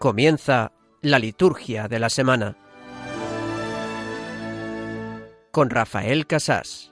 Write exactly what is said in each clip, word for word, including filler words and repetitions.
Comienza la liturgia de la semana con Rafael Casás.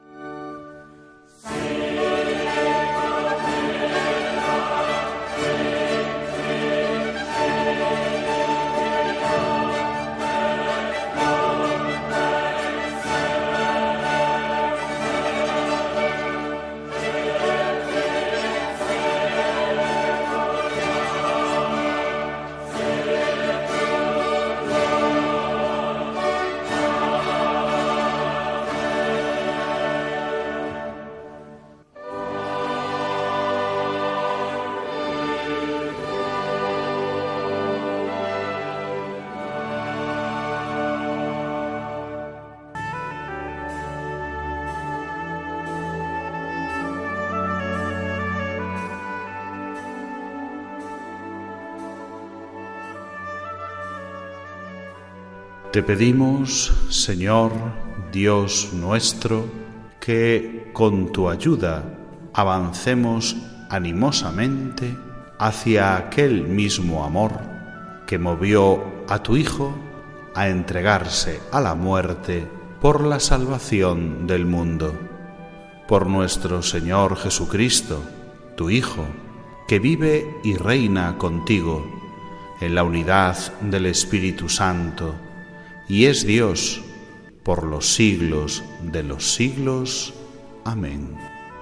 Te pedimos, Señor, Dios nuestro, que con tu ayuda avancemos animosamente hacia aquel mismo amor que movió a tu Hijo a entregarse a la muerte por la salvación del mundo. Por nuestro Señor Jesucristo, tu Hijo, que vive y reina contigo en la unidad del Espíritu Santo, y es Dios por los siglos de los siglos. Amén.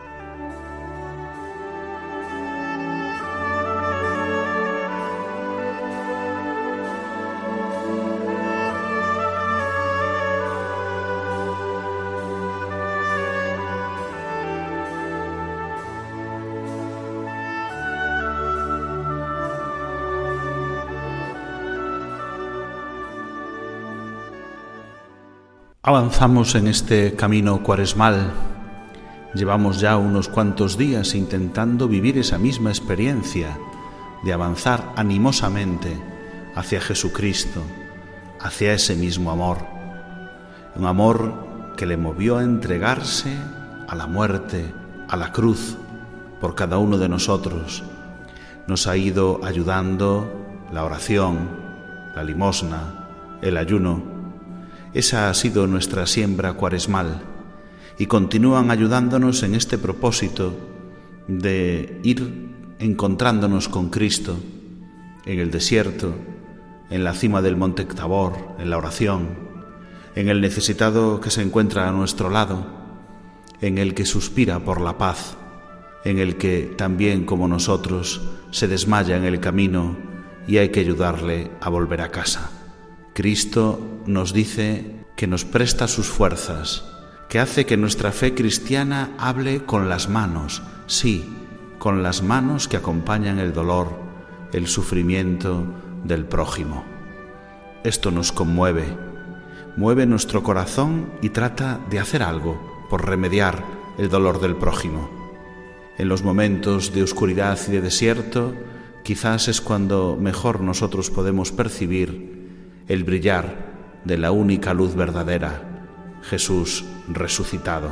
Avanzamos en este camino cuaresmal. Llevamos ya unos cuantos días intentando vivir esa misma experiencia de avanzar animosamente hacia Jesucristo, hacia ese mismo amor. Un amor que le movió a entregarse a la muerte, a la cruz, por cada uno de nosotros. Nos ha ido ayudando la oración, la limosna, el ayuno. Esa ha sido nuestra siembra cuaresmal y continúan ayudándonos en este propósito de ir encontrándonos con Cristo en el desierto, en la cima del monte Tabor, en la oración, en el necesitado que se encuentra a nuestro lado, en el que suspira por la paz, en el que también como nosotros se desmaya en el camino y hay que ayudarle a volver a casa. Cristo nos dice que nos presta sus fuerzas, que hace que nuestra fe cristiana hable con las manos, sí, con las manos que acompañan el dolor, el sufrimiento del prójimo. Esto nos conmueve, mueve nuestro corazón y trata de hacer algo por remediar el dolor del prójimo. En los momentos de oscuridad y de desierto, quizás es cuando mejor nosotros podemos percibir el brillar de la única luz verdadera, Jesús resucitado.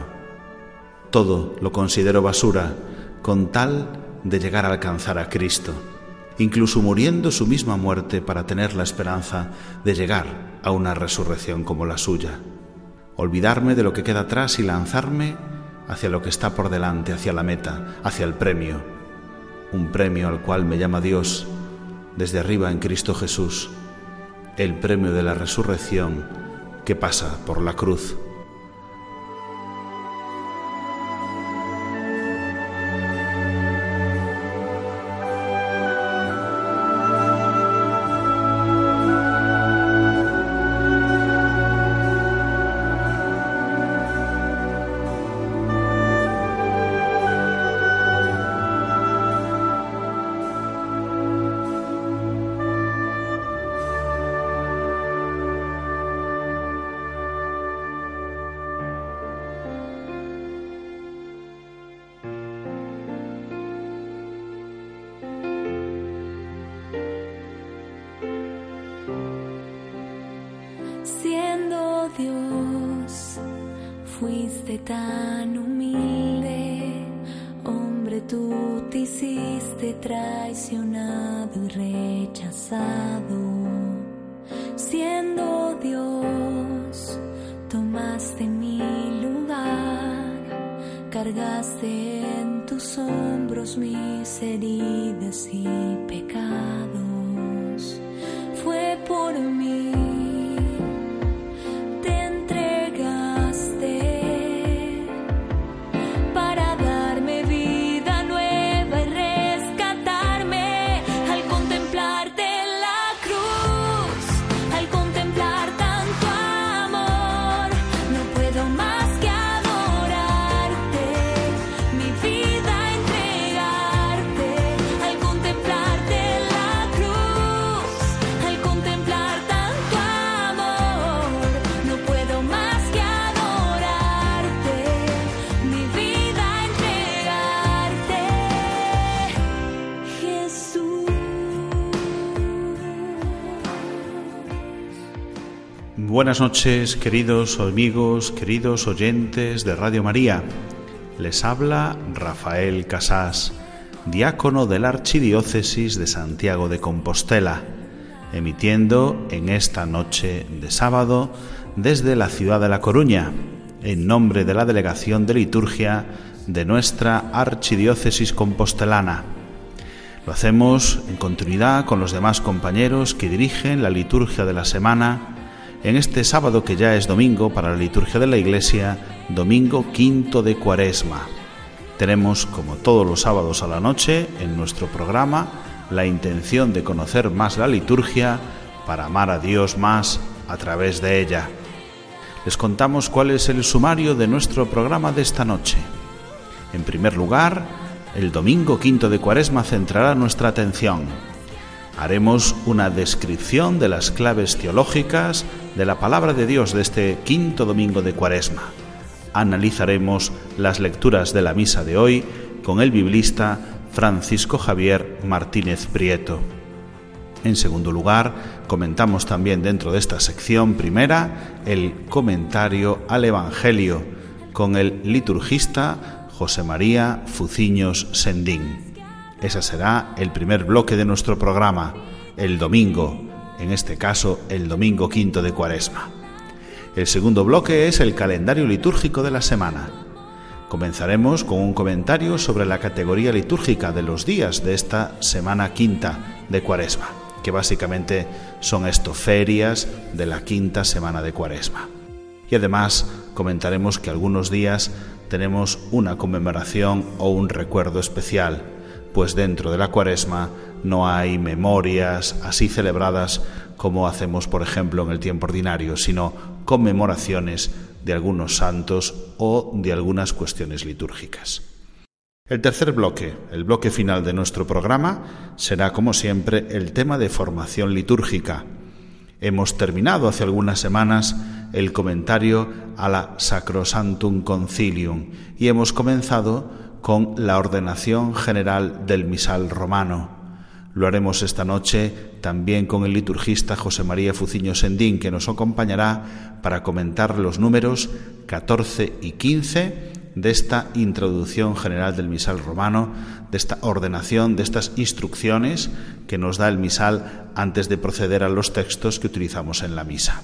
Todo lo considero basura con tal de llegar a alcanzar a Cristo, incluso muriendo su misma muerte para tener la esperanza de llegar a una resurrección como la suya. Olvidarme de lo que queda atrás y lanzarme hacia lo que está por delante, hacia la meta, hacia el premio, un premio al cual me llama Dios desde arriba en Cristo Jesús, el premio de la resurrección que pasa por la cruz. Dios, fuiste tan humilde, hombre Padre, tú te hiciste traicionado y rechazado. Siendo Dios, tomaste mi lugar, cargaste en tus hombros mis heridas y pecados. Fue por mí, te entregaste para darme vida nueva y rescatarme. Al contemplarte en la cruz, al contemplar tanto amor, no puedo más que adorarte, mi vida entregarte. Al contemplarte en la cruz, al contemplar tanto amor, no puedo más que adorarte, mi vida entregarte, Jesús. Buenas noches, queridos amigos, queridos oyentes de Radio María. Les habla Rafael Casás, diácono de la Archidiócesis de Santiago de Compostela, emitiendo en esta noche de sábado desde la ciudad de La Coruña, en nombre de la Delegación de Liturgia de nuestra Archidiócesis compostelana. Lo hacemos en continuidad con los demás compañeros que dirigen la liturgia de la semana en este sábado que ya es domingo para la liturgia de la Iglesia, domingo quinto de Cuaresma. Tenemos, como todos los sábados a la noche, en nuestro programa, la intención de conocer más la liturgia para amar a Dios más a través de ella. Les contamos cuál es el sumario de nuestro programa de esta noche. En primer lugar, el domingo quinto de Cuaresma centrará nuestra atención. Haremos una descripción de las claves teológicas de la palabra de Dios de este quinto domingo de Cuaresma. Analizaremos las lecturas de la misa de hoy con el biblista Francisco Javier Martínez Prieto. En segundo lugar, comentamos también dentro de esta sección primera el comentario al Evangelio con el liturgista José María Fuciños Sendín. Ese será el primer bloque de nuestro programa, el domingo, en este caso el domingo quinto de Cuaresma. El segundo bloque es el calendario litúrgico de la semana. Comenzaremos con un comentario sobre la categoría litúrgica de los días de esta semana quinta de Cuaresma, que básicamente son estos ferias de la quinta semana de Cuaresma. Y además comentaremos que algunos días tenemos una conmemoración o un recuerdo especial, pues dentro de la Cuaresma no hay memorias así celebradas como hacemos, por ejemplo, en el tiempo ordinario, sino conmemoraciones de algunos santos o de algunas cuestiones litúrgicas. El tercer bloque, el bloque final de nuestro programa, será, como siempre, el tema de formación litúrgica. Hemos terminado hace algunas semanas el comentario a la Sacrosanctum Concilium y hemos comenzado con la ordenación general del misal romano. Lo haremos esta noche también con el liturgista José María Fuciños Sendín, que nos acompañará para comentar los números catorce y quince de esta introducción general del misal romano, de esta ordenación, de estas instrucciones que nos da el misal antes de proceder a los textos que utilizamos en la misa.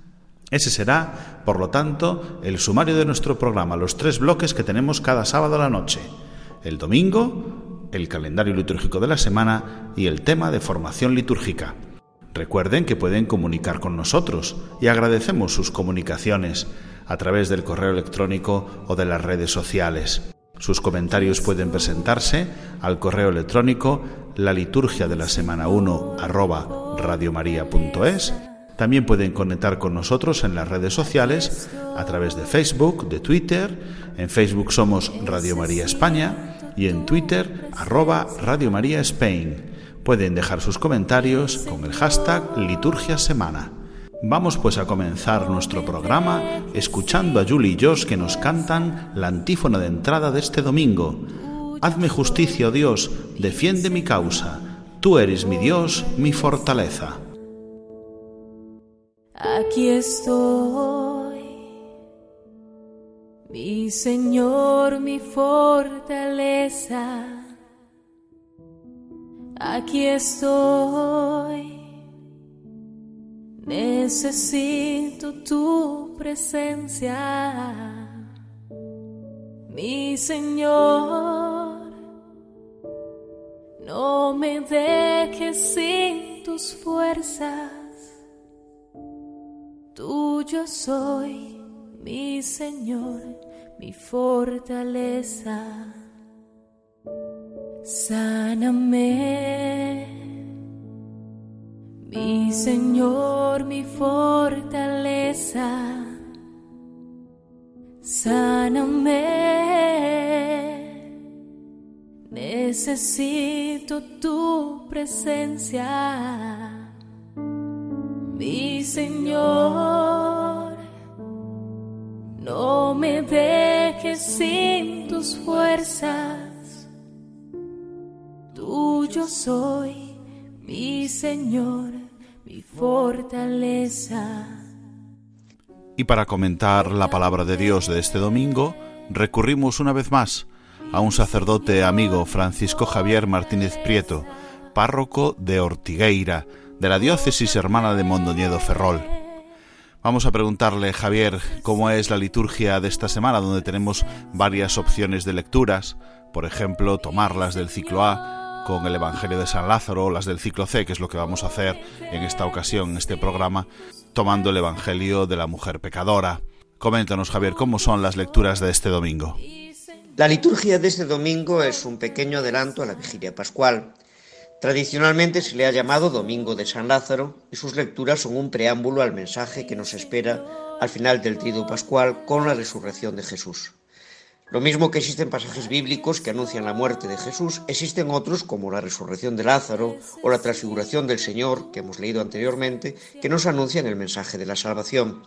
Ese será, por lo tanto, el sumario de nuestro programa, los tres bloques que tenemos cada sábado a la noche. El domingo, el calendario litúrgico de la semana y el tema de formación litúrgica. Recuerden que pueden comunicar con nosotros y agradecemos sus comunicaciones a través del correo electrónico o de las redes sociales. Sus comentarios pueden presentarse al correo electrónico la liturgia de la semana uno arroba radiomaria punto es. También pueden conectar con nosotros en las redes sociales a través de Facebook, de Twitter. En Facebook somos Radio María España y en Twitter arroba Radio María Spain. Pueden dejar sus comentarios con el hashtag Liturgia Semana. Vamos pues a comenzar nuestro programa escuchando a Julie y Josh que nos cantan la antífona de entrada de este domingo. Hazme justicia, oh Dios, defiende mi causa. Tú eres mi Dios, mi fortaleza. Aquí estoy, Mi Señor, mi fortaleza, aquí estoy. Necesito tu presencia, mi Señor. No me dejes sin tus fuerzas. Tuyo soy, mi Señor, mi fortaleza. Sáname, mi Señor, mi fortaleza. Sáname, necesito tu presencia, mi Señor. No me dejes sin tus fuerzas. Tuyo soy, mi Señor, mi fortaleza. Y para comentar la palabra de Dios de este domingo, recurrimos una vez más a un sacerdote amigo, Francisco Javier Martínez Prieto, párroco de Ortigueira, de la diócesis hermana de Mondoñedo Ferrol. Vamos a preguntarle, Javier, cómo es la liturgia de esta semana, donde tenemos varias opciones de lecturas, por ejemplo, tomarlas del ciclo A con el Evangelio de San Lázaro, o las del ciclo C, que es lo que vamos a hacer en esta ocasión, en este programa, tomando el Evangelio de la mujer pecadora. Coméntanos, Javier, ¿cómo son las lecturas de este domingo? La liturgia de este domingo es un pequeño adelanto a la vigilia pascual. Tradicionalmente se le ha llamado Domingo de San Lázaro y sus lecturas son un preámbulo al mensaje que nos espera al final del Triduo Pascual con la resurrección de Jesús. Lo mismo que existen pasajes bíblicos que anuncian la muerte de Jesús, existen otros como la resurrección de Lázaro o la transfiguración del Señor, que hemos leído anteriormente, que nos anuncian el mensaje de la salvación.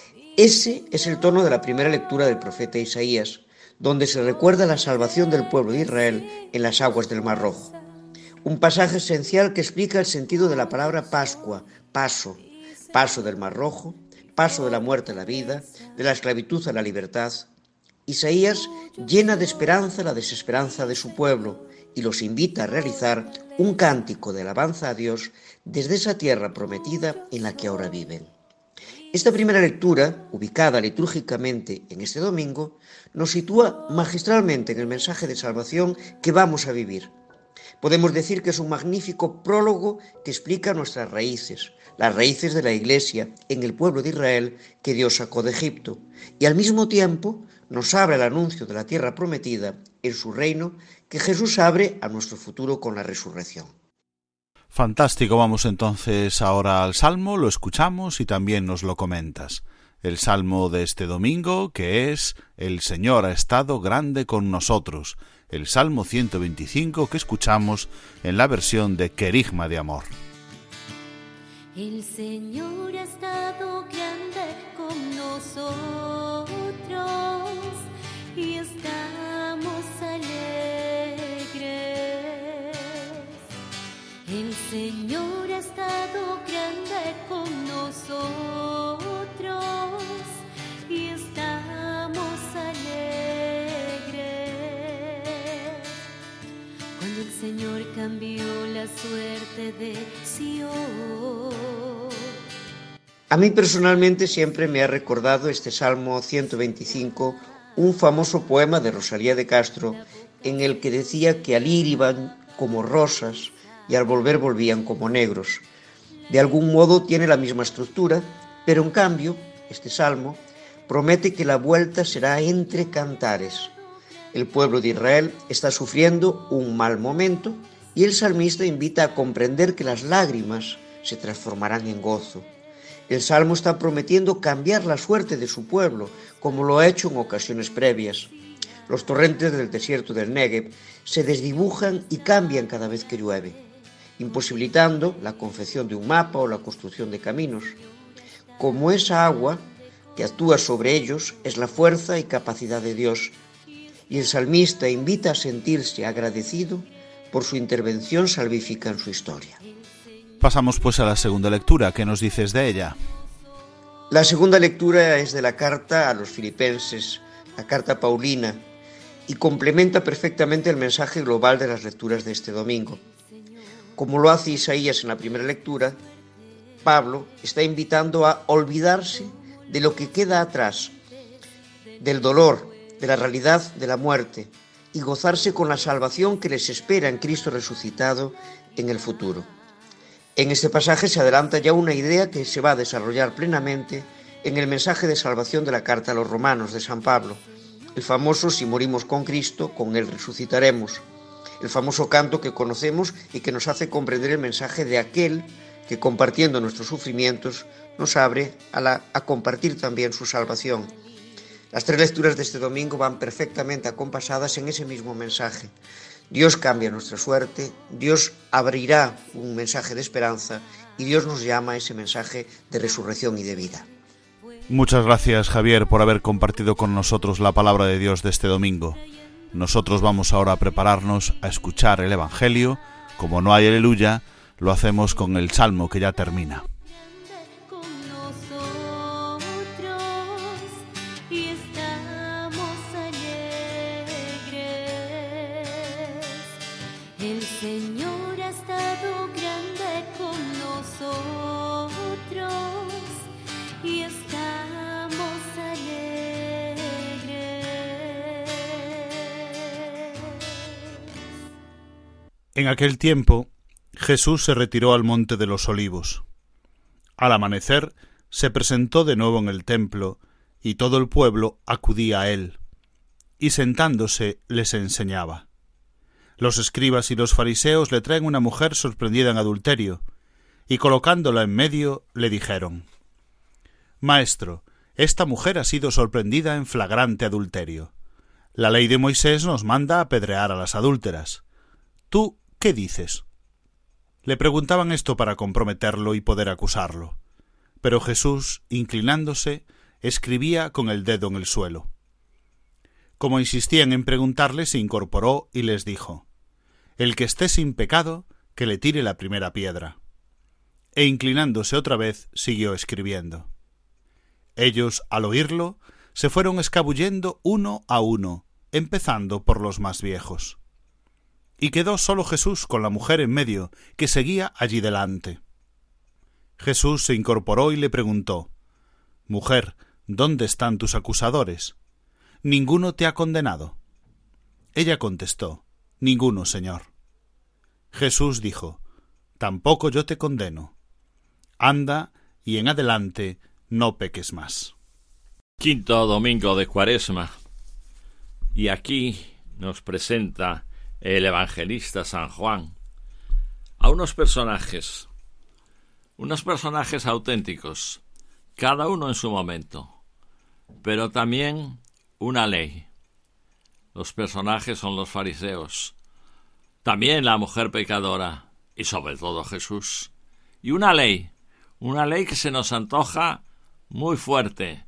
Ese es el tono de la primera lectura del profeta Isaías, donde se recuerda la salvación del pueblo de Israel en las aguas del Mar Rojo. Un pasaje esencial que explica el sentido de la palabra Pascua, paso, paso del Mar Rojo, paso de la muerte a la vida, de la esclavitud a la libertad. Isaías llena de esperanza la desesperanza de su pueblo y los invita a realizar un cántico de alabanza a Dios desde esa tierra prometida en la que ahora viven. Esta primera lectura, ubicada litúrgicamente en este domingo, nos sitúa magistralmente en el mensaje de salvación que vamos a vivir. Podemos decir que es un magnífico prólogo que explica nuestras raíces, las raíces de la Iglesia en el pueblo de Israel que Dios sacó de Egipto, y al mismo tiempo nos abre el anuncio de la tierra prometida en su reino que Jesús abre a nuestro futuro con la resurrección. Fantástico, vamos entonces ahora al Salmo, lo escuchamos y también nos lo comentas. El Salmo de este domingo, que es El Señor ha estado grande con nosotros, el Salmo ciento veinticinco que escuchamos en la versión de Querigma de Amor. El Señor ha estado grande con nosotros y estamos alegres. El Señor ha estado grande con nosotros y estamos alegres. Cuando el Señor cambió la suerte de Sion. A mí personalmente siempre me ha recordado este Salmo ciento veinticinco, un famoso poema de Rosalía de Castro, en el que decía que al ir iban como rosas y al volver volvían como negros. De algún modo tiene la misma estructura, pero en cambio, este Salmo promete que la vuelta será entre cantares. El pueblo de Israel está sufriendo un mal momento y el salmista invita a comprender que las lágrimas se transformarán en gozo. El Salmo está prometiendo cambiar la suerte de su pueblo, como lo ha hecho en ocasiones previas. Los torrentes del desierto del Negev se desdibujan y cambian cada vez que llueve, imposibilitando la confección de un mapa o la construcción de caminos. Como esa agua que actúa sobre ellos es la fuerza y capacidad de Dios, y el salmista invita a sentirse agradecido por su intervención salvífica en su historia. Pasamos pues a la segunda lectura. ¿Qué nos dices de ella? La segunda lectura es de la carta a los Filipenses, la carta paulina, y complementa perfectamente el mensaje global de las lecturas de este domingo. Como lo hace Isaías en la primera lectura, Pablo está invitando a olvidarse de lo que queda atrás, del dolor, de la realidad de la muerte, y gozarse con la salvación que les espera en Cristo resucitado en el futuro. En este pasaje se adelanta ya una idea que se va a desarrollar plenamente en el mensaje de salvación de la carta a los Romanos de San Pablo, el famoso «Si morimos con Cristo, con Él resucitaremos», el famoso canto que conocemos y que nos hace comprender el mensaje de aquel que, compartiendo nuestros sufrimientos, nos abre a, la, a compartir también su salvación. Las tres lecturas de este domingo van perfectamente acompasadas en ese mismo mensaje. Dios cambia nuestra suerte, Dios abrirá un mensaje de esperanza y Dios nos llama a ese mensaje de resurrección y de vida. Muchas gracias, Javier, por haber compartido con nosotros la palabra de Dios de este domingo. Nosotros vamos ahora a prepararnos a escuchar el Evangelio. Como no hay aleluya, lo hacemos con el Salmo que ya termina. El Señor ha estado grande con nosotros y estamos alegres. En aquel tiempo, Jesús se retiró al monte de los Olivos. Al amanecer, se presentó de nuevo en el templo, y todo el pueblo acudía a él, y sentándose les enseñaba. Los escribas y los fariseos le traen una mujer sorprendida en adulterio, y colocándola en medio le dijeron: Maestro, esta mujer ha sido sorprendida en flagrante adulterio. La ley de Moisés nos manda apedrear a las adúlteras. ¿Tú qué dices? Le preguntaban esto para comprometerlo y poder acusarlo. Pero Jesús, inclinándose, escribía con el dedo en el suelo. Como insistían en preguntarle, se incorporó y les dijo: El que esté sin pecado, que le tire la primera piedra. E inclinándose otra vez, siguió escribiendo. Ellos, al oírlo, se fueron escabullendo uno a uno, empezando por los más viejos. Y quedó solo Jesús con la mujer en medio, que seguía allí delante. Jesús se incorporó y le preguntó: Mujer, ¿dónde están tus acusadores? ¿Ninguno te ha condenado? Ella contestó: Ninguno, Señor. Jesús dijo: Tampoco yo te condeno. Anda, y en adelante no peques más. Quinto domingo de Cuaresma. Y aquí nos presenta el evangelista San Juan a unos personajes, unos personajes auténticos, cada uno en su momento, pero también una ley. Los personajes son los fariseos, también la mujer pecadora y sobre todo Jesús. Y una ley, una ley que se nos antoja muy fuerte.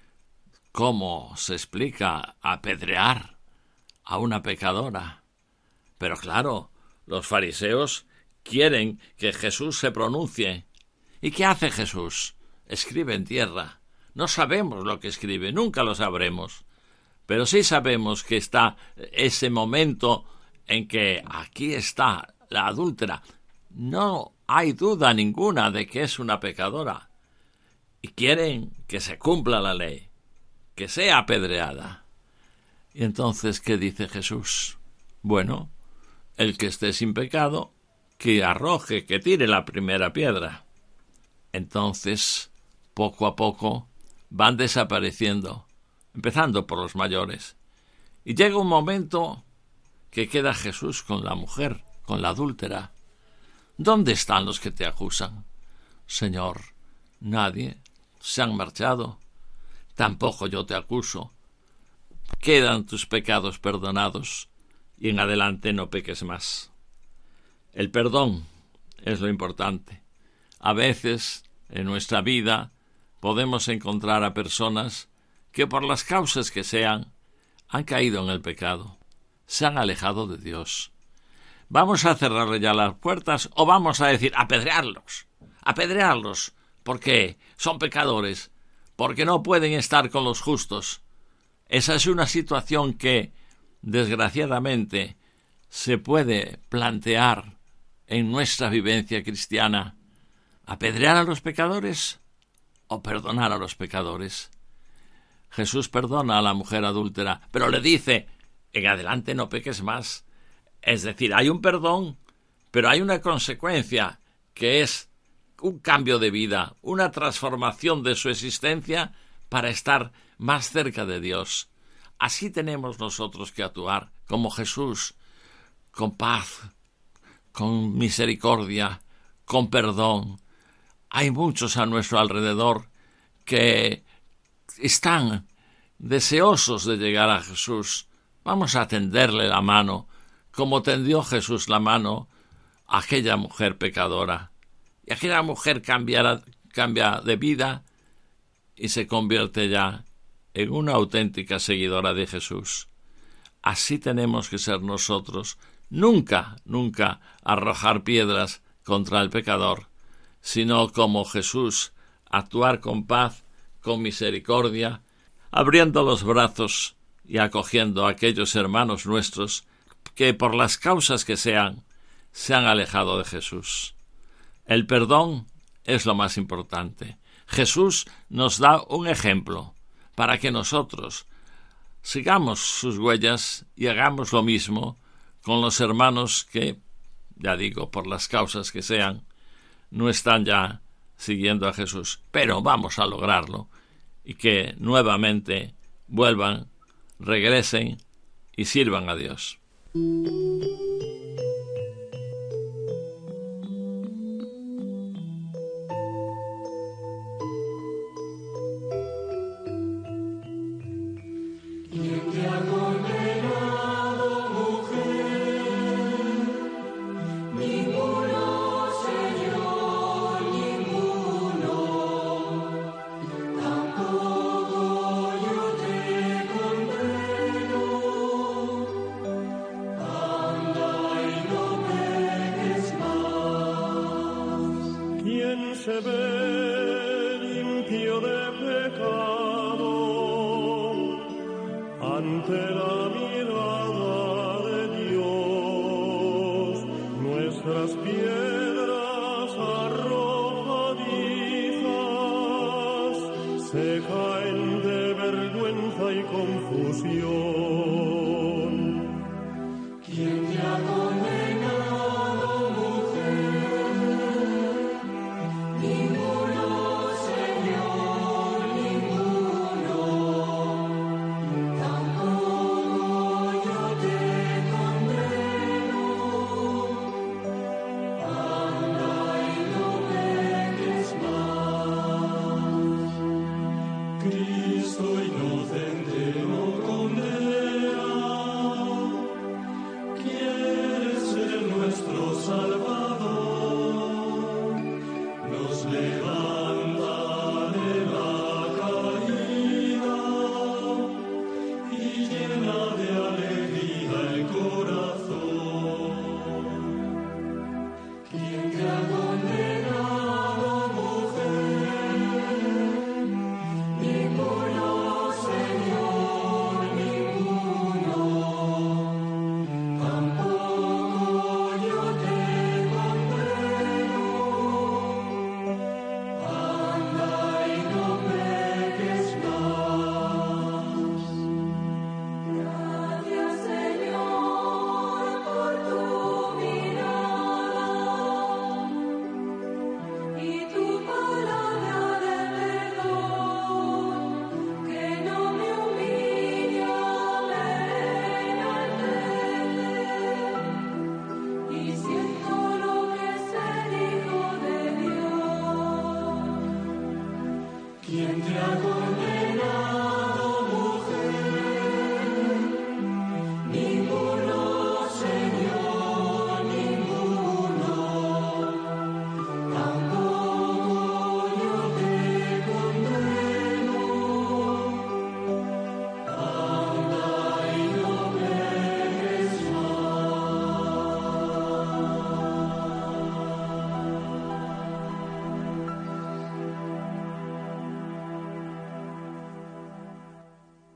¿Cómo se explica apedrear a una pecadora? Pero claro, los fariseos quieren que Jesús se pronuncie. ¿Y qué hace Jesús? Escribe en tierra. No sabemos lo que escribe, nunca lo sabremos. Pero sí sabemos que está ese momento en que aquí está la adúltera. No hay duda ninguna de que es una pecadora. Y quieren que se cumpla la ley, que sea apedreada. Y entonces, ¿qué dice Jesús? Bueno, el que esté sin pecado, que arroje, que tire la primera piedra. Entonces, poco a poco, van desapareciendo, empezando por los mayores. Y llega un momento que queda Jesús con la mujer, con la adúltera. ¿Dónde están los que te acusan? Señor, nadie, se han marchado. Tampoco yo te acuso. Quedan tus pecados perdonados, y en adelante no peques más. El perdón es lo importante. A veces, en nuestra vida, podemos encontrar a personas que por las causas que sean, han caído en el pecado, se han alejado de Dios. ¿Vamos a cerrarle ya las puertas o vamos a decir apedrearlos? Apedrearlos, porque son pecadores, porque no pueden estar con los justos. Esa es una situación que, desgraciadamente, se puede plantear en nuestra vivencia cristiana. ¿Apedrear a los pecadores o perdonar a los pecadores? Jesús perdona a la mujer adúltera, pero le dice, en adelante no peques más. Es decir, hay un perdón, pero hay una consecuencia, que es un cambio de vida, una transformación de su existencia para estar más cerca de Dios. Así tenemos nosotros que actuar, como Jesús, con paz, con misericordia, con perdón. Hay muchos a nuestro alrededor que están deseosos de llegar a Jesús. Vamos a tenderle la mano, como tendió Jesús la mano a aquella mujer pecadora. Y aquella mujer cambiará, cambia de vida y se convierte ya en una auténtica seguidora de Jesús. Así tenemos que ser nosotros. Nunca, nunca arrojar piedras contra el pecador, sino como Jesús, actuar con paz, con misericordia, abriendo los brazos y acogiendo a aquellos hermanos nuestros que por las causas que sean, se han alejado de Jesús. El perdón es lo más importante. Jesús nos da un ejemplo para que nosotros sigamos sus huellas y hagamos lo mismo con los hermanos que, ya digo, por las causas que sean, no están ya siguiendo a Jesús. Pero vamos a lograrlo y que nuevamente vuelvan, regresen y sirvan a Dios. Cristo inocente no condena.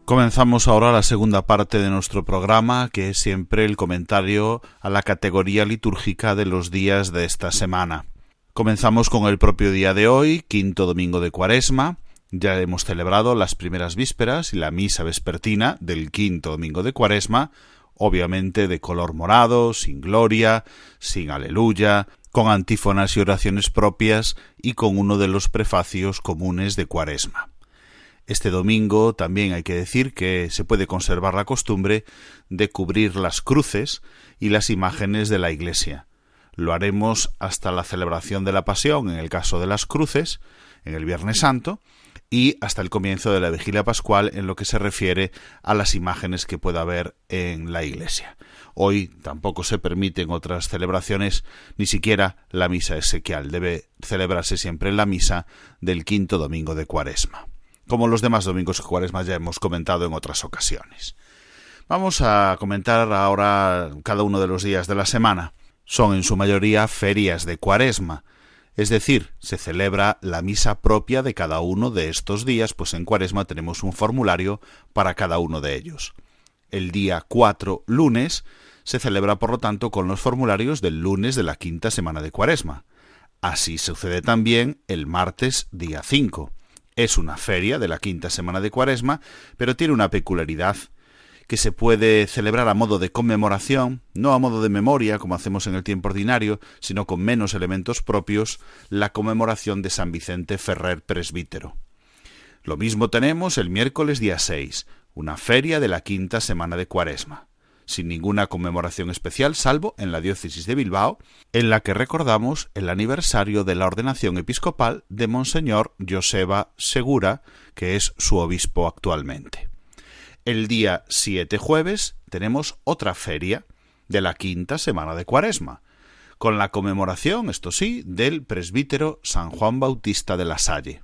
Comenzamos ahora la segunda parte de nuestro programa, que es siempre el comentario a la categoría litúrgica de los días de esta semana. Comenzamos con el propio día de hoy, quinto domingo de Cuaresma. Ya hemos celebrado las primeras vísperas y la misa vespertina del quinto domingo de Cuaresma, obviamente de color morado, sin gloria, sin aleluya, con antífonas y oraciones propias y con uno de los prefacios comunes de Cuaresma. Este domingo también hay que decir que se puede conservar la costumbre de cubrir las cruces y las imágenes de la Iglesia. Lo haremos hasta la celebración de la Pasión, en el caso de las cruces, en el Viernes Santo, y hasta el comienzo de la Vigilia Pascual en lo que se refiere a las imágenes que pueda haber en la Iglesia. Hoy tampoco se permiten otras celebraciones, ni siquiera la misa exequial. Debe celebrarse siempre la misa del quinto domingo de Cuaresma, como los demás domingos de Cuaresma ya hemos comentado en otras ocasiones. Vamos a comentar ahora cada uno de los días de la semana. Son en su mayoría ferias de Cuaresma, es decir, se celebra la misa propia de cada uno de estos días, pues en Cuaresma tenemos un formulario para cada uno de ellos. El día cuatro, lunes, se celebra por lo tanto con los formularios del lunes de la quinta semana de Cuaresma. Así sucede también el martes, día cinco. Es una feria de la quinta semana de Cuaresma, pero tiene una peculiaridad, que se puede celebrar a modo de conmemoración, no a modo de memoria, como hacemos en el tiempo ordinario, sino con menos elementos propios, la conmemoración de San Vicente Ferrer presbítero. Lo mismo tenemos el miércoles día seis, una feria de la quinta semana de Cuaresma, sin ninguna conmemoración especial, salvo en la diócesis de Bilbao, en la que recordamos el aniversario de la ordenación episcopal de Monseñor Joseba Segura, que es su obispo actualmente. El día siete, jueves, tenemos otra feria de la quinta semana de Cuaresma, con la conmemoración, esto sí, del presbítero San Juan Bautista de la Salle.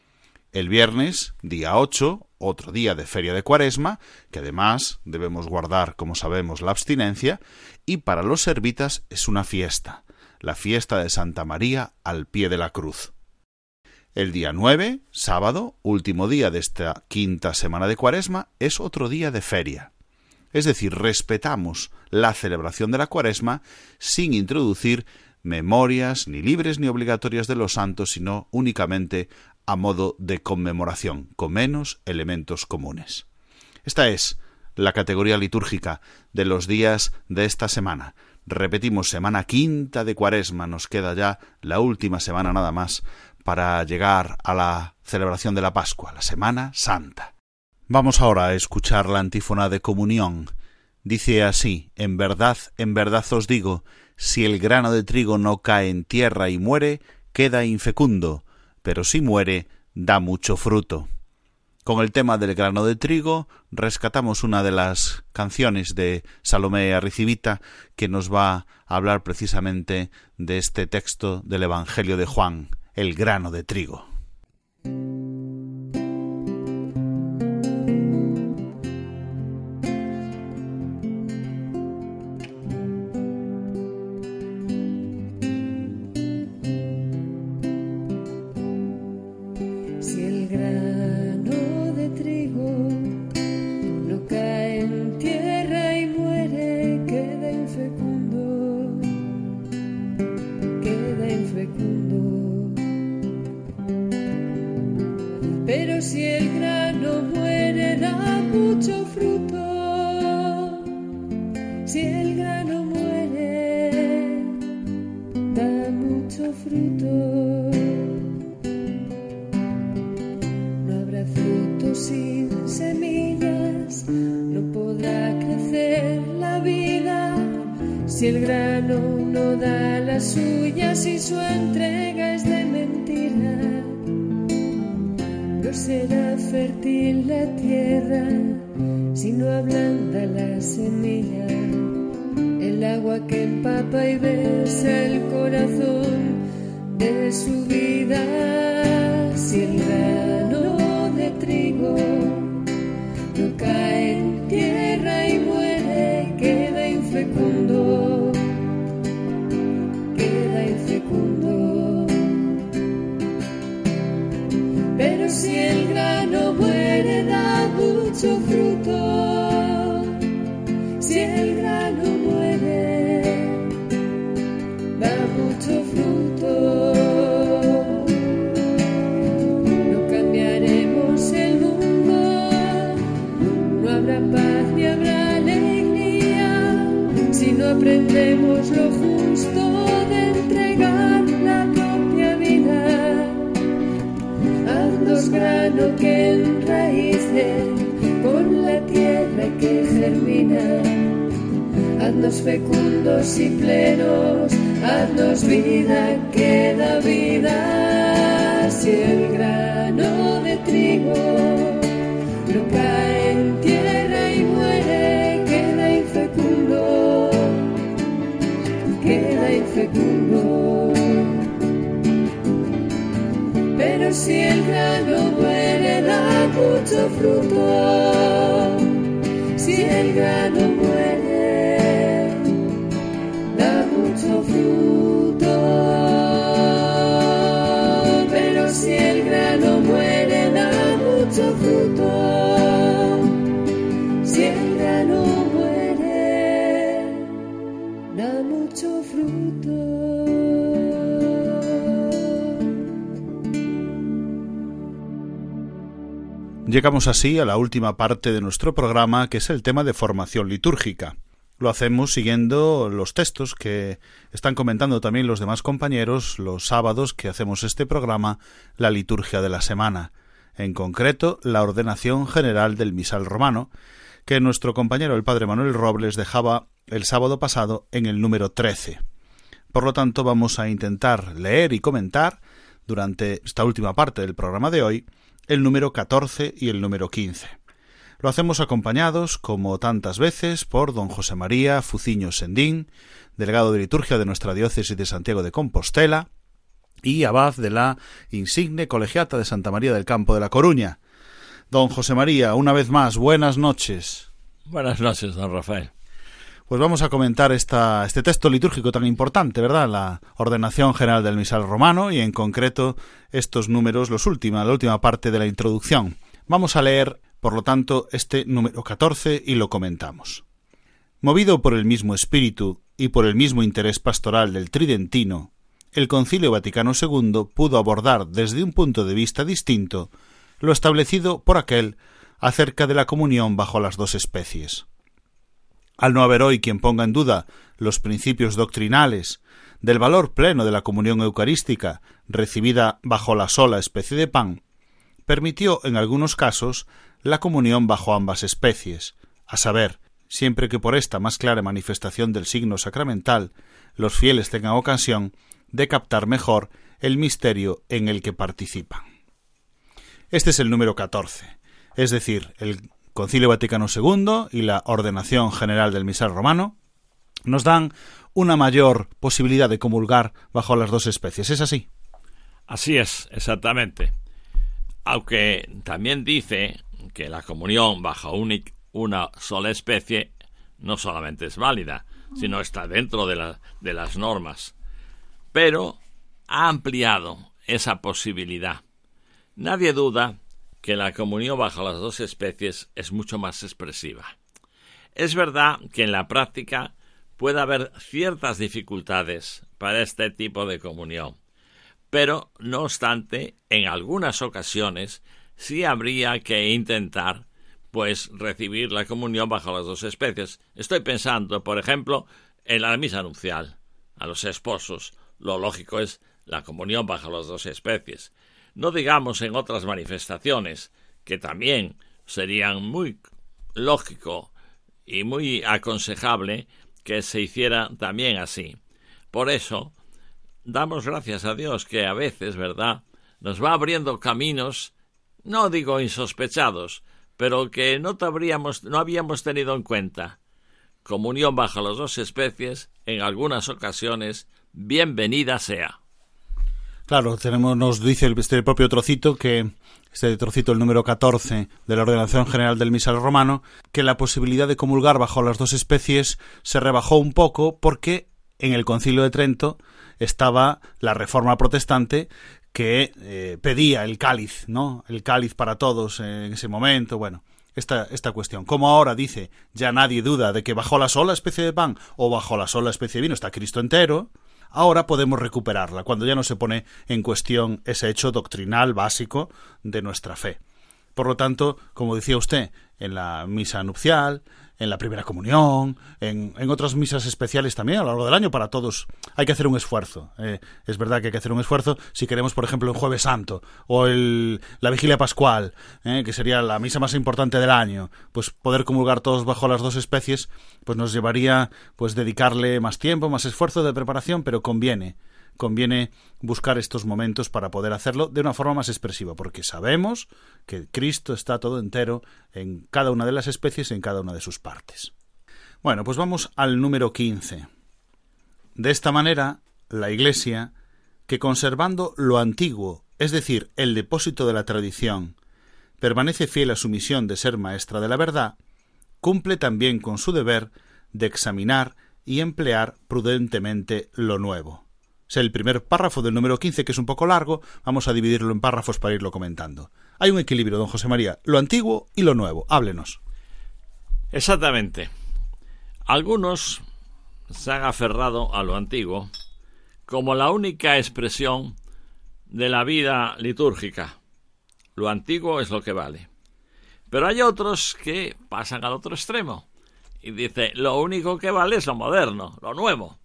El viernes, día ocho, otro día de feria de Cuaresma, que además debemos guardar, como sabemos, la abstinencia, y para los servitas es una fiesta, la fiesta de Santa María al pie de la cruz. El día nueve, sábado, último día de esta quinta semana de Cuaresma, es otro día de feria. Es decir, respetamos la celebración de la Cuaresma sin introducir memorias ni libres ni obligatorias de los santos, sino únicamente a modo de conmemoración, con menos elementos comunes. Esta es la categoría litúrgica de los días de esta semana. Repetimos, semana quinta de Cuaresma, nos queda ya la última semana nada más para llegar a la celebración de la Pascua, la Semana Santa. Vamos ahora a escuchar la antífona de comunión. Dice así: en verdad, en verdad os digo, si el grano de trigo no cae en tierra y muere, queda infecundo, pero si muere, da mucho fruto. Con el tema del grano de trigo, rescatamos una de las canciones de Salomé Arricibita, que nos va a hablar precisamente de este texto del Evangelio de Juan, el grano de trigo. Si el grano de trigo no cae en tierra y muere, queda infecundo, queda infecundo. Pero si el grano muere, da mucho fruto. Si el grano muere, da mucho fruto. No habrá fruto sin semillas, no podrá crecer la vida. Si el grano no da las suyas y su entrega es de mentira, no será fértil la tierra si no ablanda la semilla. El agua que empapa y besa el corazón de su vida. Si el grano de trigo no cae en tierra y muere, queda infecundo, queda infecundo. Pero si el grano muere, da mucho mucho fruto. Si el grano muere, da mucho fruto. No cambiaremos el mundo, no habrá paz ni habrá alegría si no aprendemos lo justo de entregar la propia vida. Haznos grano que enraíce con la tierra que germina. Haznos fecundos y plenos, haznos vida que da vida. Si el grano de trigo no cae en tierra y muere, queda infecundo, queda infecundo. Pero si el grano muere, da mucho fruto. Si el grano muere, da mucho fruto. Pero si el grano muere, da mucho fruto. Si el grano muere, da mucho fruto. Llegamos así a la última parte de nuestro programa, que es el tema de formación litúrgica. Lo hacemos siguiendo los textos que están comentando también los demás compañeros los sábados que hacemos este programa, la liturgia de la semana. En concreto, la ordenación general del misal romano, que nuestro compañero el padre Manuel Robles dejaba el sábado pasado en el número trece. Por lo tanto, vamos a intentar leer y comentar durante esta última parte del programa de hoy el número catorce y el número quince. Lo hacemos acompañados, como tantas veces, por don José María Fuciño Sendín, delegado de liturgia de nuestra diócesis de Santiago de Compostela y abad de la insigne colegiata de Santa María del Campo de La Coruña. Don José María, una vez más, buenas noches. Buenas noches, don Rafael. Pues vamos a comentar esta, este texto litúrgico tan importante, ¿verdad? La ordenación general del misal romano y en concreto estos números, los últimos, la última parte de la introducción. Vamos a leer, por lo tanto, este número catorce y lo comentamos. Movido por el mismo espíritu y por el mismo interés pastoral del Tridentino, el Concilio Vaticano segundo pudo abordar desde un punto de vista distinto lo establecido por aquel acerca de la comunión bajo las dos especies. Al no haber hoy quien ponga en duda los principios doctrinales del valor pleno de la comunión eucarística recibida bajo la sola especie de pan, permitió en algunos casos la comunión bajo ambas especies, a saber, siempre que por esta más clara manifestación del signo sacramental los fieles tengan ocasión de captar mejor el misterio en el que participan. Este es el número catorce, es decir, el Concilio Vaticano segundo y la ordenación general del misal romano nos dan una mayor posibilidad de comulgar bajo las dos especies. ¿Es así? Así es, exactamente. Aunque también dice que la comunión bajo una sola especie no solamente es válida, sino está dentro de, la, de las normas. Pero ha ampliado esa posibilidad. Nadie duda que la comunión bajo las dos especies es mucho más expresiva. Es verdad que en la práctica puede haber ciertas dificultades para este tipo de comunión, pero no obstante, en algunas ocasiones sí habría que intentar pues recibir la comunión bajo las dos especies. Estoy pensando, por ejemplo, en la misa nupcial. A los esposos lo lógico es la comunión bajo las dos especies. No digamos en otras manifestaciones, que también serían muy lógico y muy aconsejable que se hiciera también así. Por eso, damos gracias a Dios que a veces, ¿verdad?, nos va abriendo caminos, no digo insospechados, pero que no, habríamos, no habíamos tenido en cuenta. Comunión bajo las dos especies, en algunas ocasiones, bienvenida sea. Claro, tenemos, nos dice el, este propio trocito, que este trocito, el número catorce de la ordenación general del misal romano, que la posibilidad de comulgar bajo las dos especies se rebajó un poco porque en el Concilio de Trento estaba la reforma protestante que eh, pedía el cáliz, ¿no? El cáliz para todos en ese momento. Bueno, esta, esta cuestión. Como ahora dice, ya nadie duda de que bajo la sola especie de pan o bajo la sola especie de vino está Cristo entero, ahora podemos recuperarla, cuando ya no se pone en cuestión ese hecho doctrinal básico de nuestra fe. Por lo tanto, como decía usted, en la misa nupcial, en la primera comunión, en, en otras misas especiales también a lo largo del año, para todos hay que hacer un esfuerzo. Eh, es verdad que hay que hacer un esfuerzo si queremos, por ejemplo, el Jueves Santo o el, la Vigilia Pascual, eh, que sería la misa más importante del año, pues poder comulgar todos bajo las dos especies, pues nos llevaría pues dedicarle más tiempo, más esfuerzo de preparación, pero conviene. Conviene buscar estos momentos para poder hacerlo de una forma más expresiva, porque sabemos que Cristo está todo entero en cada una de las especies, en cada una de sus partes. Bueno, pues vamos al número quince. De esta manera, la Iglesia, que conservando lo antiguo, es decir, el depósito de la tradición, permanece fiel a su misión de ser maestra de la verdad, cumple también con su deber de examinar y emplear prudentemente lo nuevo. Es el primer párrafo del número quince, que es un poco largo, vamos a dividirlo en párrafos para irlo comentando. Hay un equilibrio, don José María, lo antiguo y lo nuevo. Háblenos. Exactamente. Algunos se han aferrado a lo antiguo como la única expresión de la vida litúrgica. Lo antiguo es lo que vale. Pero hay otros que pasan al otro extremo y dicen, lo único que vale es lo moderno, lo nuevo.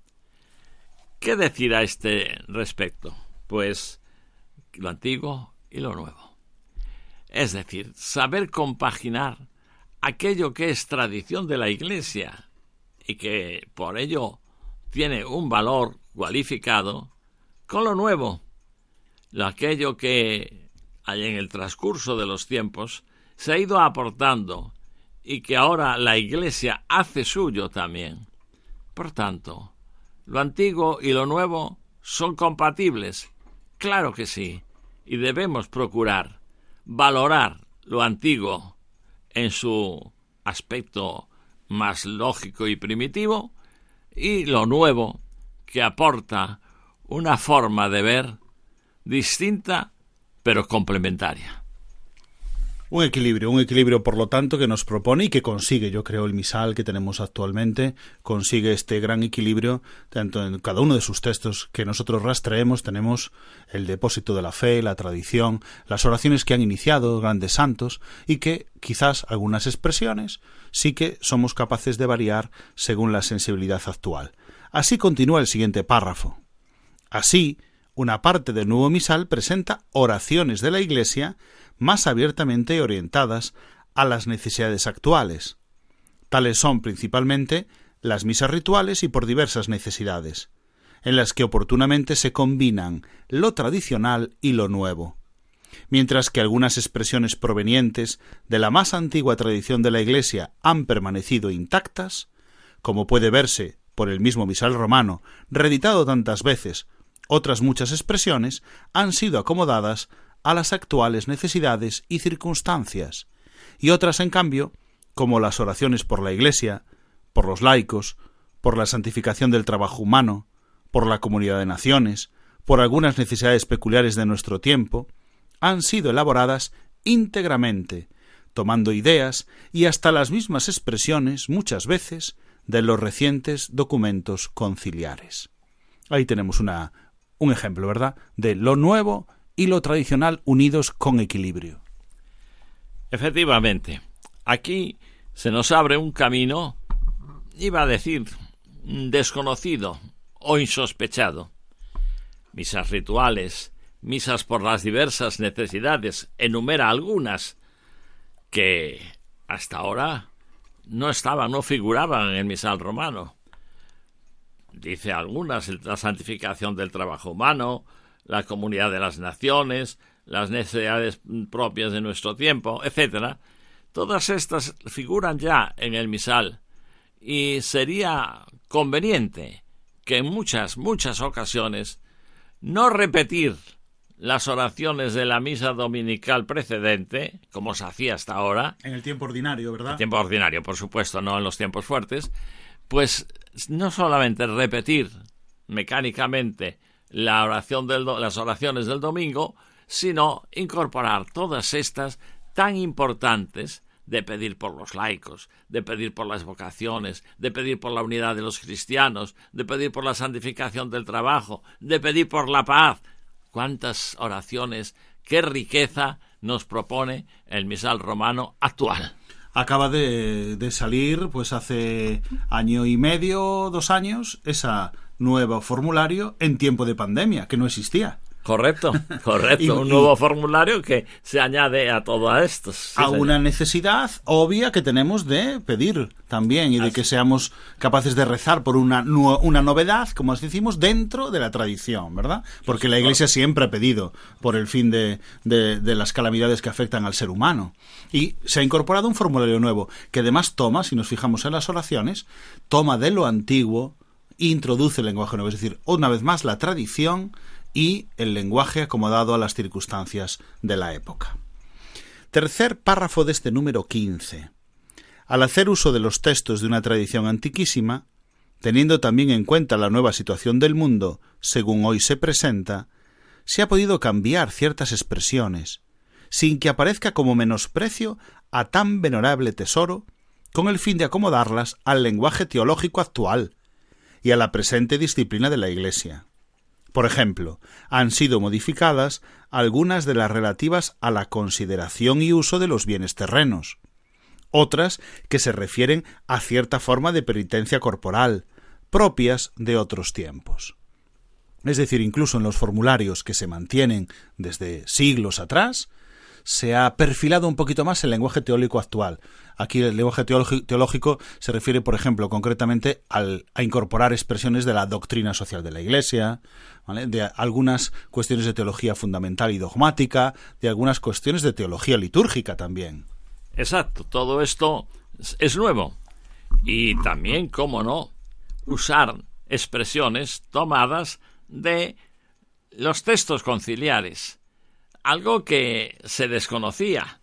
¿Qué decir a este respecto? Pues lo antiguo y lo nuevo. Es decir, saber compaginar aquello que es tradición de la Iglesia y que por ello tiene un valor cualificado con lo nuevo, lo aquello que en el transcurso de los tiempos se ha ido aportando y que ahora la Iglesia hace suyo también. Por tanto, lo antiguo y lo nuevo son compatibles. Claro que sí, y debemos procurar valorar lo antiguo en su aspecto más lógico y primitivo y lo nuevo que aporta una forma de ver distinta pero complementaria. Un equilibrio, un equilibrio por lo tanto que nos propone y que consigue, yo creo, el misal que tenemos actualmente, consigue este gran equilibrio, tanto en cada uno de sus textos que nosotros rastreemos tenemos el depósito de la fe, la tradición, las oraciones que han iniciado grandes santos y que quizás algunas expresiones sí que somos capaces de variar según la sensibilidad actual. Así continúa el siguiente párrafo. Así, una parte del nuevo misal presenta oraciones de la Iglesia más abiertamente orientadas a las necesidades actuales. Tales son principalmente las misas rituales y por diversas necesidades, en las que oportunamente se combinan lo tradicional y lo nuevo, mientras que algunas expresiones provenientes de la más antigua tradición de la Iglesia han permanecido intactas, como puede verse por el mismo misal romano, reeditado tantas veces. Otras muchas expresiones han sido acomodadas a las actuales necesidades y circunstancias, y otras, en cambio, como las oraciones por la Iglesia, por los laicos, por la santificación del trabajo humano, por la comunidad de naciones, por algunas necesidades peculiares de nuestro tiempo, han sido elaboradas íntegramente, tomando ideas y hasta las mismas expresiones, muchas veces, de los recientes documentos conciliares. Ahí tenemos una, un ejemplo, ¿verdad?, de lo nuevo y lo tradicional unidos con equilibrio. Efectivamente, aquí se nos abre un camino, iba a decir, desconocido o insospechado. Misas rituales, misas por las diversas necesidades, enumera algunas que hasta ahora no estaban, no figuraban en el misal romano. Dice algunas, la santificación del trabajo humano, la comunidad de las naciones, las necesidades propias de nuestro tiempo, etcétera. Todas estas figuran ya en el misal y sería conveniente que en muchas, muchas ocasiones no repetir las oraciones de la misa dominical precedente, como se hacía hasta ahora. En el tiempo ordinario, ¿verdad? En el tiempo ordinario, por supuesto, no en los tiempos fuertes. Pues no solamente repetir mecánicamente la oración del do- las oraciones del domingo, sino incorporar todas estas tan importantes de pedir por los laicos, de pedir por las vocaciones, de pedir por la unidad de los cristianos, de pedir por la santificación del trabajo, de pedir por la paz. ¿Cuántas oraciones, qué riqueza nos propone el misal romano actual? Acaba de, de salir, pues hace año y medio, dos años, esa nuevo formulario en tiempo de pandemia, que no existía. Correcto, correcto. y, un nuevo formulario que se añade a todo esto. Sí, a señor. Una necesidad obvia que tenemos de pedir también y de Así. que seamos capaces de rezar por una, una novedad, como decimos, dentro de la tradición, ¿verdad? Porque la Iglesia siempre ha pedido por el fin de, de, de las calamidades que afectan al ser humano. Y se ha incorporado un formulario nuevo que además toma, si nos fijamos en las oraciones, toma de lo antiguo e introduce el lenguaje nuevo. Es decir, una vez más, la tradición y el lenguaje acomodado a las circunstancias de la época. Tercer párrafo de este número quince. Al hacer uso de los textos de una tradición antiquísima, teniendo también en cuenta la nueva situación del mundo, según hoy se presenta, se ha podido cambiar ciertas expresiones, sin que aparezca como menosprecio a tan venerable tesoro, con el fin de acomodarlas al lenguaje teológico actual y a la presente disciplina de la Iglesia. Por ejemplo, han sido modificadas algunas de las relativas a la consideración y uso de los bienes terrenos, otras que se refieren a cierta forma de penitencia corporal, propias de otros tiempos. Es decir, incluso en los formularios que se mantienen desde siglos atrás, se ha perfilado un poquito más el lenguaje teológico actual. Aquí el lenguaje teológico se refiere, por ejemplo, concretamente al, a incorporar expresiones de la doctrina social de la Iglesia, ¿vale? De algunas cuestiones de teología fundamental y dogmática, de algunas cuestiones de teología litúrgica también. Exacto, todo esto es nuevo. Y también, cómo no, usar expresiones tomadas de los textos conciliares, algo que se desconocía.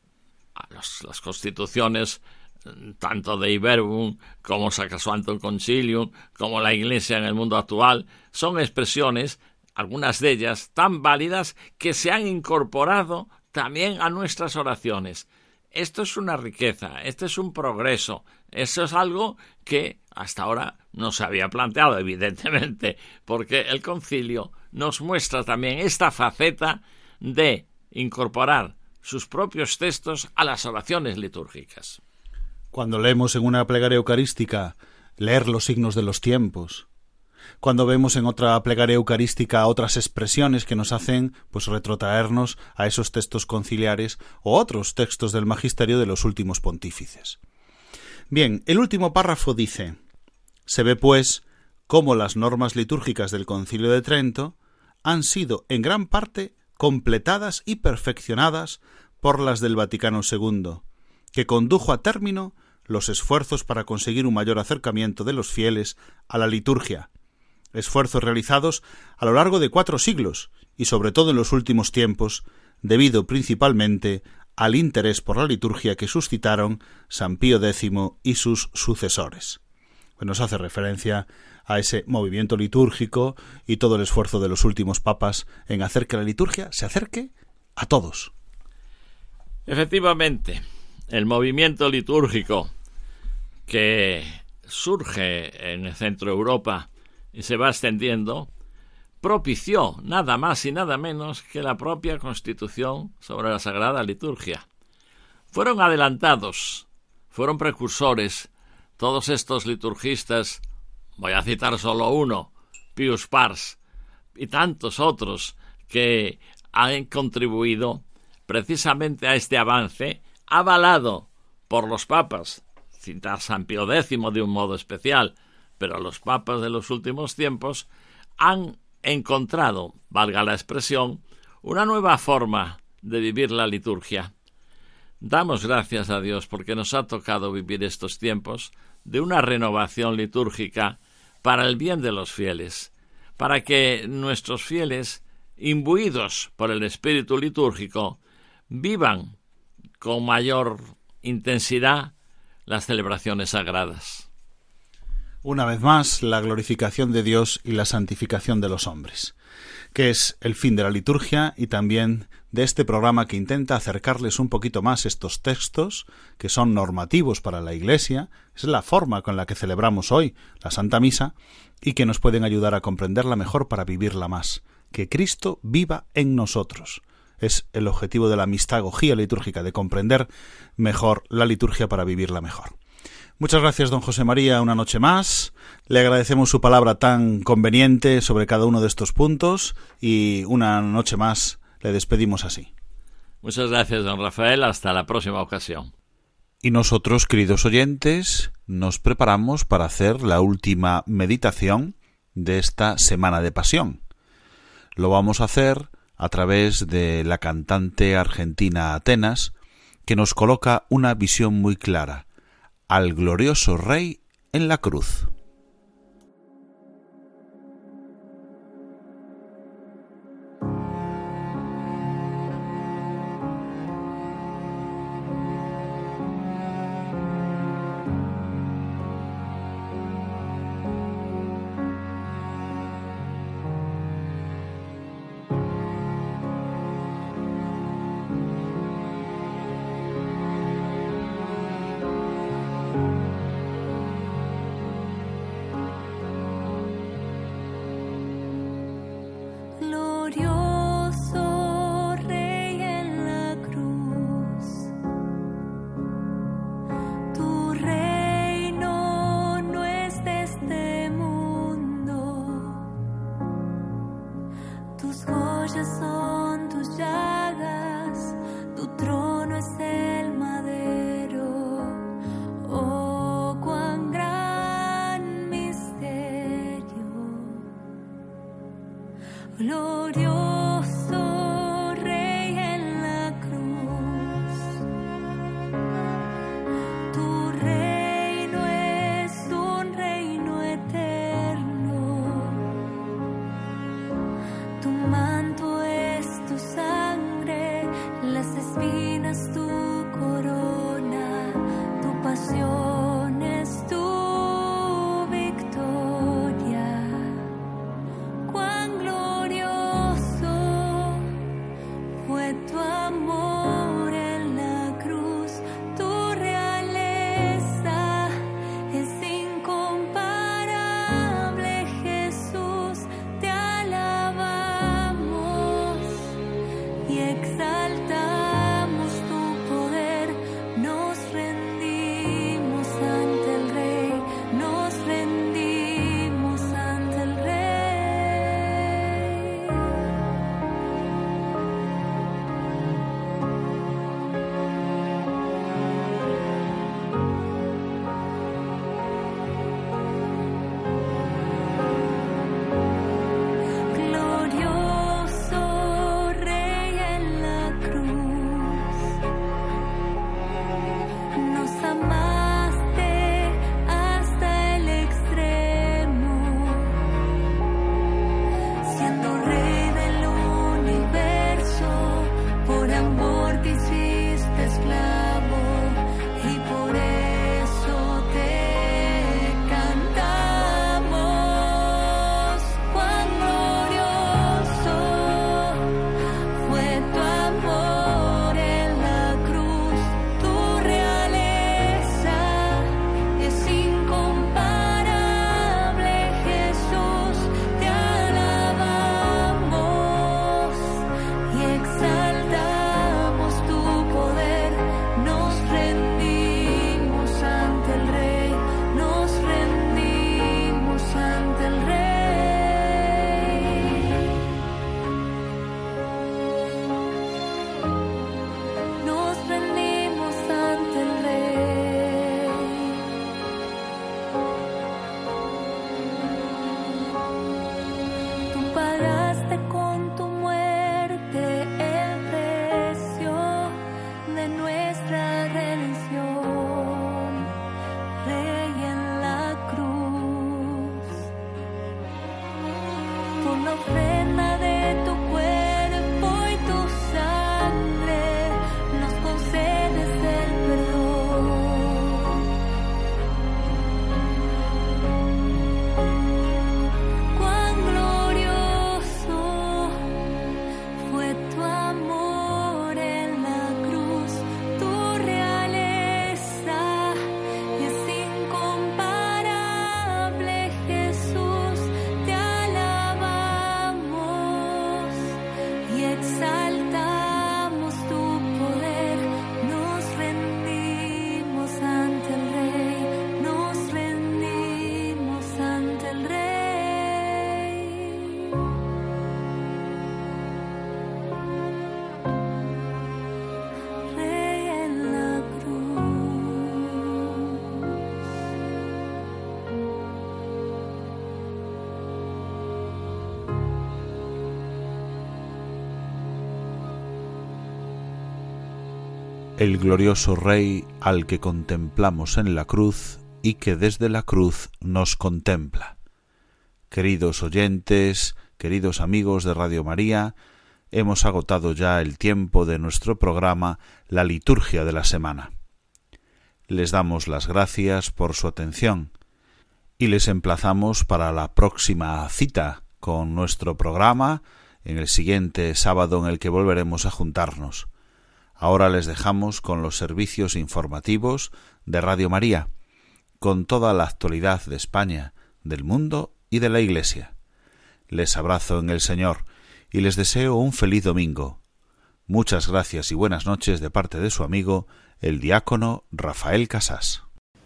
Los, las constituciones, tanto de Iberbum como Sacrosanctum Concilium, como la Iglesia en el mundo actual, son expresiones, algunas de ellas tan válidas, que se han incorporado también a nuestras oraciones. Esto es una riqueza, esto es un progreso, eso es algo que hasta ahora no se había planteado, evidentemente, porque el concilio nos muestra también esta faceta de incorporar sus propios textos a las oraciones litúrgicas. Cuando leemos en una plegaria eucarística, leer los signos de los tiempos. Cuando vemos en otra plegaria eucarística otras expresiones que nos hacen pues retrotraernos a esos textos conciliares o otros textos del magisterio de los últimos pontífices. Bien, el último párrafo dice: se ve pues cómo las normas litúrgicas del Concilio de Trento han sido en gran parte completadas y perfeccionadas por las del Vaticano segundo, que condujo a término los esfuerzos para conseguir un mayor acercamiento de los fieles a la liturgia, esfuerzos realizados a lo largo de cuatro siglos y sobre todo en los últimos tiempos, debido principalmente al interés por la liturgia que suscitaron San Pío X y sus sucesores. Pues nos hace referencia a ese movimiento litúrgico y todo el esfuerzo de los últimos papas en hacer que la liturgia se acerque a todos. Efectivamente, el movimiento litúrgico que surge en Centro Europa y se va extendiendo, propició nada más y nada menos que la propia Constitución sobre la Sagrada Liturgia. Fueron adelantados, fueron precursores, todos estos liturgistas, voy a citar solo uno, Pius Pars, y tantos otros que han contribuido precisamente a este avance, avalado por los papas, citar San Pío X de un modo especial, pero los papas de los últimos tiempos han encontrado, valga la expresión, una nueva forma de vivir la liturgia. Damos gracias a Dios porque nos ha tocado vivir estos tiempos de una renovación litúrgica para el bien de los fieles, para que nuestros fieles, imbuidos por el espíritu litúrgico, vivan con mayor intensidad las celebraciones sagradas. una vez más, la glorificación de Dios y la santificación de los hombres, que es el fin de la liturgia y también de este programa que intenta acercarles un poquito más estos textos que son normativos para la Iglesia. Es la forma con la que celebramos hoy la Santa Misa y que nos pueden ayudar a comprenderla mejor para vivirla más. Que Cristo viva en nosotros. Es el objetivo de la mistagogía litúrgica, de comprender mejor la liturgia para vivirla mejor. Muchas gracias, don José María, una noche más. Le agradecemos su palabra tan conveniente sobre cada uno de estos puntos y una noche más le despedimos así. Muchas gracias, don Rafael. Hasta la próxima ocasión. Y nosotros, queridos oyentes, nos preparamos para hacer la última meditación de esta Semana de Pasión. Lo vamos a hacer a través de la cantante argentina Atenas, que nos coloca una visión muy clara al glorioso Rey en la cruz. Cuán glorioso el glorioso Rey al que contemplamos en la cruz y que desde la cruz nos contempla. Queridos oyentes, queridos amigos de Radio María, hemos agotado ya el tiempo de nuestro programa La Liturgia de la Semana. Les damos las gracias por su atención y les emplazamos para la próxima cita con nuestro programa en el siguiente sábado en el que volveremos a juntarnos. Ahora les dejamos con los servicios informativos de Radio María, con toda la actualidad de España, del mundo y de la Iglesia. Les abrazo en el Señor y les deseo un feliz domingo. Muchas gracias y buenas noches de parte de su amigo, el diácono Rafael Casás.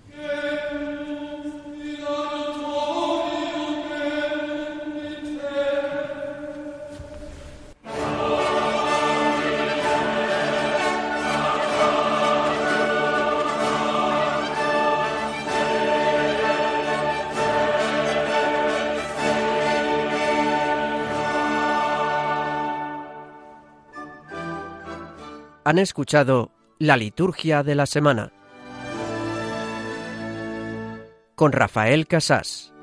Han escuchado La Liturgia de la Semana con Rafael Casás.